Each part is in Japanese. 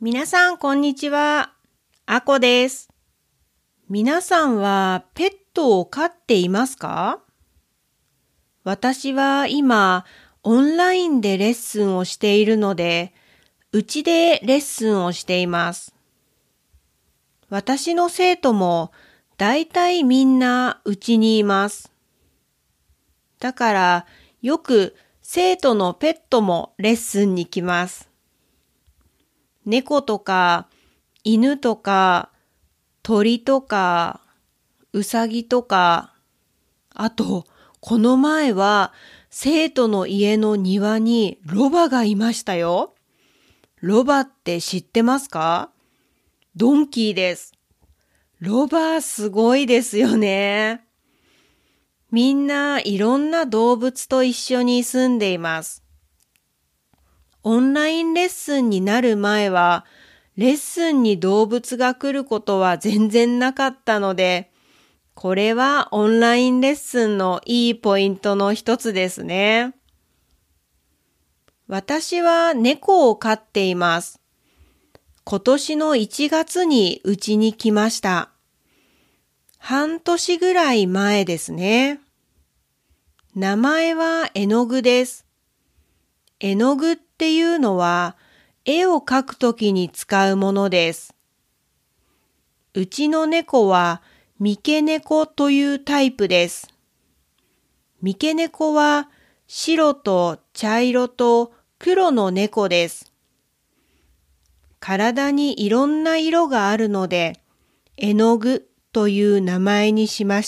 皆さん、こんにちは。あこです。皆さんはペットを飼っていますか？私は今、オンラインでレッスンをしているので、うちでレッスンをしています。私の生徒もだいたいみんなうちにいます。だからよく生徒のペットもレッスンに来ます。猫とか犬とか鳥とかうさぎとか、あとこの前は生徒の家の庭にロバがいましたよ。ロバって知ってますか？ドンキーです。ロバすごいですよね。みんないろんな動物と一緒に住んでいます。オンラインレッスンになる前は、レッスンに動物が来ることは全然なかったので、これはオンラインレッスンのいいポイントの一つですね。私は猫を飼っています。今年の1月にうちに来ました。半年ぐらい前ですね。名前は絵の具です。絵の具っていうのは絵を描くときに使うものです。うちの猫は三毛猫というタイプです。三毛猫は白と茶色と黒の猫です。体にいろんな色があるので、絵の具という名前にしました。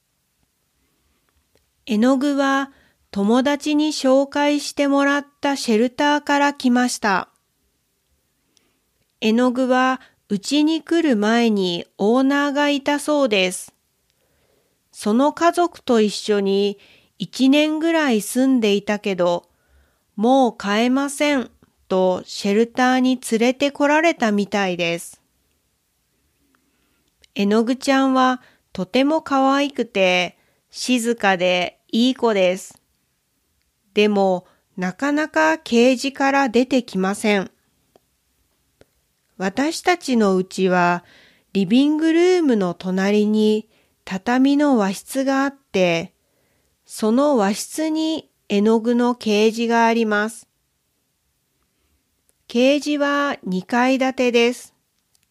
絵の具は友達に紹介してもらったシェルターから来ました。絵の具はうちに来る前にオーナーがいたそうです。その家族と一緒に1年ぐらい住んでいたけど、もう飼えませんとシェルターに連れてこられたみたいです。絵の具ちゃんはとても可愛くて静かでいい子です。でもなかなかケージから出てきません。私たちのうちはリビングルームの隣に畳の和室があって、その和室に絵の具のケージがあります。ケージは2階建てです。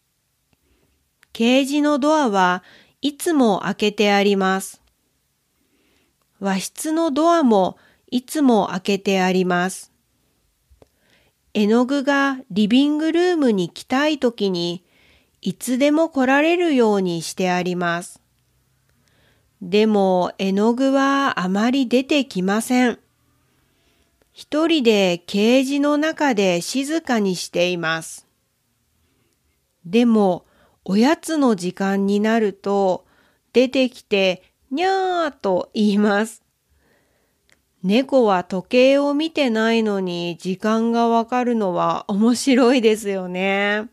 ケージのドアはいつも開けてあります。和室のドアもいつも開けてあります。絵の具がリビングルームに来たいときにいつでも来られるようにしてあります。でも絵の具はあまり出てきません。一人でケージの中で静かにしています。でもおやつの時間になると出てきてにゃーと言います。猫は時計を見てないのに時間がわかるのは面白いですよね。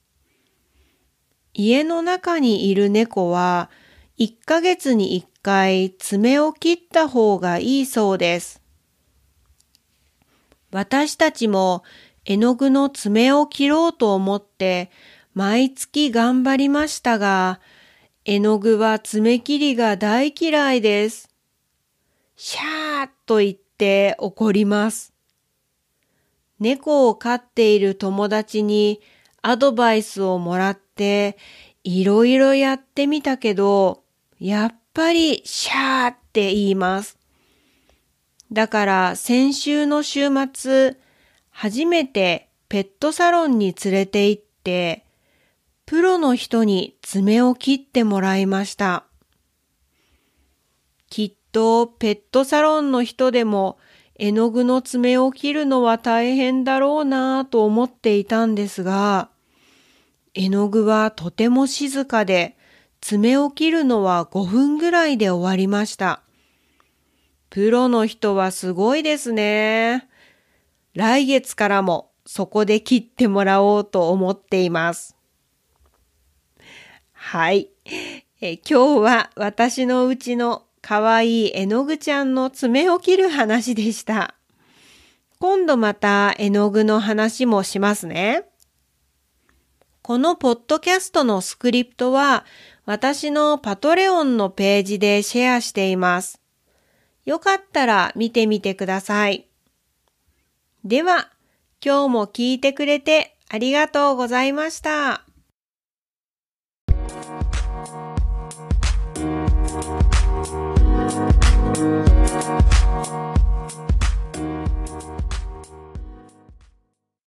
家の中にいる猫は1ヶ月に1回爪を切った方がいいそうです。私たちも絵の具の爪を切ろうと思って毎月頑張りましたが、絵の具は爪切りが大嫌いです。シャーと言って怒ります。猫を飼っている友達にアドバイスをもらっていろいろやってみたけど、やっぱりシャーって言います。だから先週の週末、初めてペットサロンに連れて行って、プロの人に爪を切ってもらいました。きっとペットサロンの人でも絵の具の爪を切るのは大変だろうなぁと思っていたんですが、絵の具はとても静かで、爪を切るのは5分ぐらいで終わりました。プロの人はすごいですね。来月からもそこで切ってもらおうと思っています。はい。今日は私のうちのかわいい絵の具ちゃんの爪を切る話でした。今度また絵の具の話もしますね。 このポッドキャストのスクリプトは私のパトレオンのページでシェアしています。よかったら見てみてください。では、今日も聞いてくれてありがとうございました。